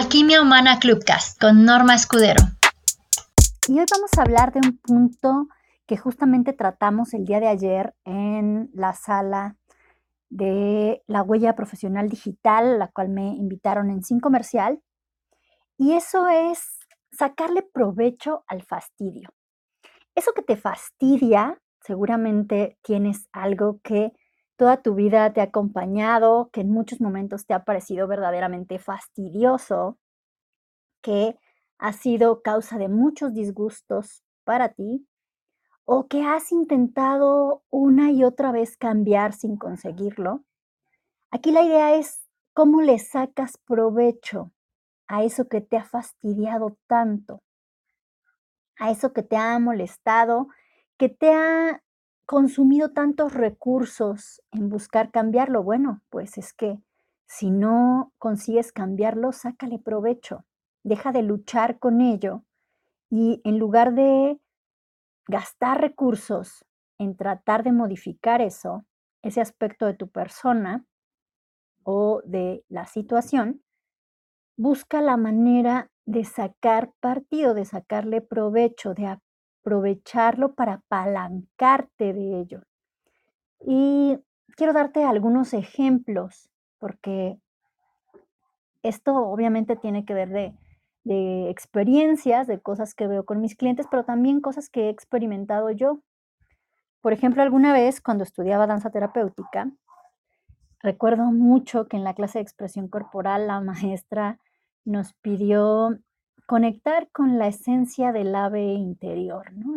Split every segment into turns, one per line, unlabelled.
Alquimia Humana Clubcast con Norma Escudero.
Y hoy vamos a hablar de un punto que justamente tratamos el día de ayer en la sala de la huella profesional digital, la cual me invitaron en Sin Comercial. Y eso es sacarle provecho al fastidio. Eso que te fastidia, seguramente tienes algo que toda tu vida te ha acompañado, que en muchos momentos te ha parecido verdaderamente fastidioso, que ha sido causa de muchos disgustos para ti o que has intentado una y otra vez cambiar sin conseguirlo. Aquí la idea es cómo le sacas provecho a eso que te ha fastidiado tanto, a eso que te ha molestado, que te ha consumido tantos recursos en buscar cambiarlo. Bueno, pues es que si no consigues cambiarlo, sácale provecho. Deja de luchar con ello y en lugar de gastar recursos en tratar de modificar eso, ese aspecto de tu persona o de la situación, busca la manera de sacar partido, de sacarle provecho, de aprovecharlo para apalancarte de ello. Y quiero darte algunos ejemplos, porque esto obviamente tiene que ver de experiencias, de cosas que veo con mis clientes, pero también cosas que he experimentado yo. Por ejemplo, alguna vez cuando estudiaba danza terapéutica, recuerdo mucho que en la clase de expresión corporal la maestra nos pidió conectar con la esencia del ave interior, ¿no?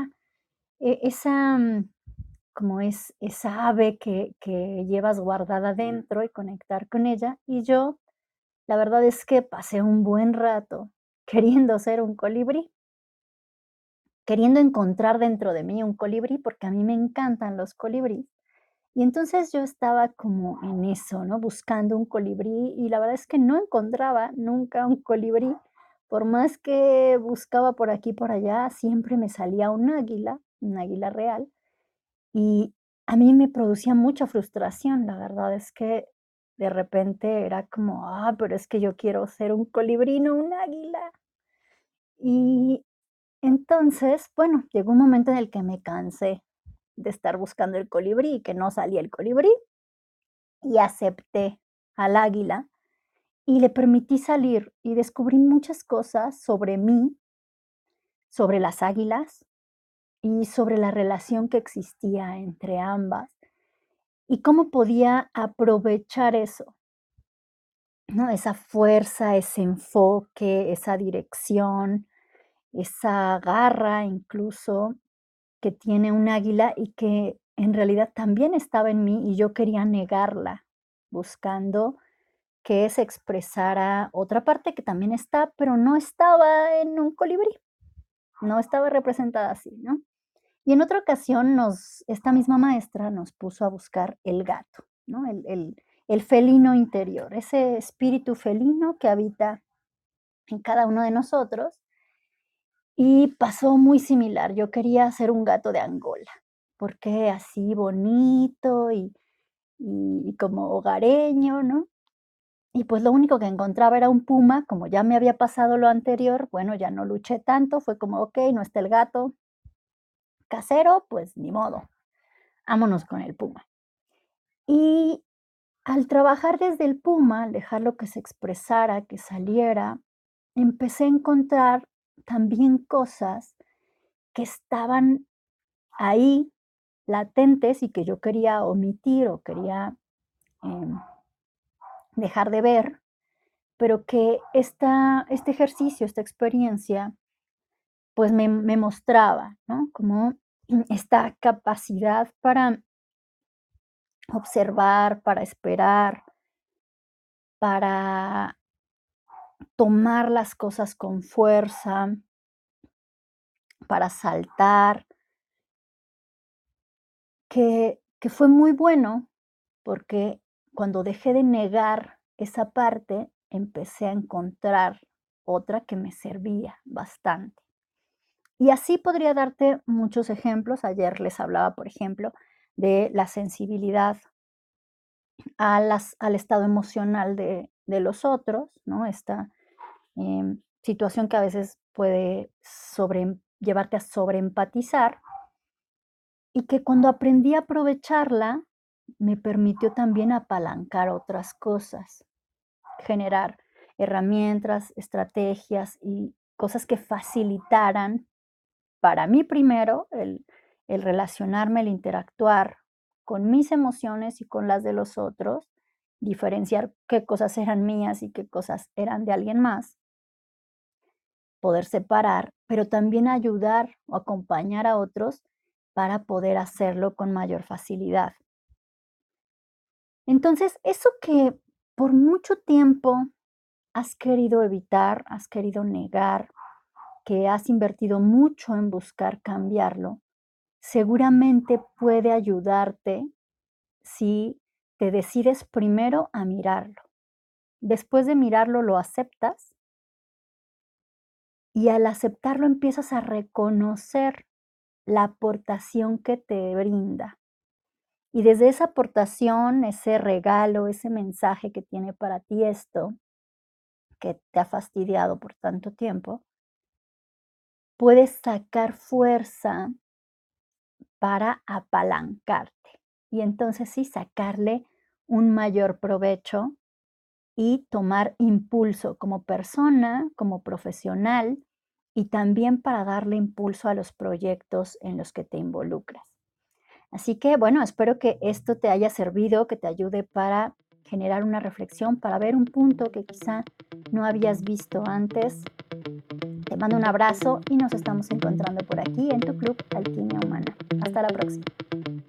Esa como es esa ave que llevas guardada dentro y conectar con ella. Y yo, la verdad es que pasé un buen rato queriendo ser un colibrí, queriendo encontrar dentro de mí un colibrí, porque a mí me encantan los colibríes. Y entonces yo estaba como en eso, ¿no? Buscando un colibrí y la verdad es que no encontraba nunca un colibrí. Por más que buscaba por aquí y por allá, siempre me salía un águila real, y a mí me producía mucha frustración. La verdad es que de repente era como, pero es que yo quiero ser un colibrí, no un águila. Y entonces, bueno, llegó un momento en el que me cansé de estar buscando el colibrí y que no salía el colibrí, y acepté al águila y le permití salir y descubrí muchas cosas sobre mí, sobre las águilas y sobre la relación que existía entre ambas y cómo podía aprovechar eso, ¿no? Esa fuerza, ese enfoque, esa dirección, esa garra incluso que tiene un águila y que en realidad también estaba en mí y yo quería negarla, buscando que se expresara otra parte que también está, pero no estaba en un colibrí, no estaba representada así, ¿no? Y en otra ocasión esta misma maestra nos puso a buscar el gato, ¿no? El felino interior, ese espíritu felino que habita en cada uno de nosotros. Y pasó muy similar. Yo quería ser un gato de Angola, porque así bonito y como hogareño, ¿no? Y pues lo único que encontraba era un puma. Como ya me había pasado lo anterior, bueno, ya no luché tanto, fue como, okey, no está el gato casero, pues ni modo, vámonos con el puma. Y al trabajar desde el puma, al dejarlo que se expresara, que saliera, empecé a encontrar también cosas que estaban ahí latentes y que yo quería omitir o quería, em, dejar de ver, pero que este ejercicio, esta experiencia, pues me mostraba, ¿no? Como esta capacidad para observar, para esperar, para tomar las cosas con fuerza, para saltar, que fue muy bueno, porque cuando dejé de negar esa parte, empecé a encontrar otra que me servía bastante. Y así podría darte muchos ejemplos. Ayer les hablaba, por ejemplo, de la sensibilidad al estado emocional de los otros, ¿no? situación que a veces puede llevarte a sobreempatizar, y que cuando aprendí a aprovecharla, me permitió también apalancar otras cosas, generar herramientas, estrategias y cosas que facilitaran para mí primero el relacionarme, el interactuar con mis emociones y con las de los otros, diferenciar qué cosas eran mías y qué cosas eran de alguien más, poder separar, pero también ayudar o acompañar a otros para poder hacerlo con mayor facilidad. Entonces, eso que por mucho tiempo has querido evitar, has querido negar, que has invertido mucho en buscar cambiarlo, seguramente puede ayudarte si te decides primero a mirarlo. Después de mirarlo, lo aceptas y al aceptarlo empiezas a reconocer la aportación que te brinda. Y desde esa aportación, ese regalo, ese mensaje que tiene para ti esto, que te ha fastidiado por tanto tiempo, puedes sacar fuerza para apalancarte. Y entonces sí, sacarle un mayor provecho y tomar impulso como persona, como profesional y también para darle impulso a los proyectos en los que te involucras. Así que bueno, espero que esto te haya servido, que te ayude para generar una reflexión, para ver un punto que quizá no habías visto antes. Te mando un abrazo y nos estamos encontrando por aquí en tu club Alquimia Humana. Hasta la próxima.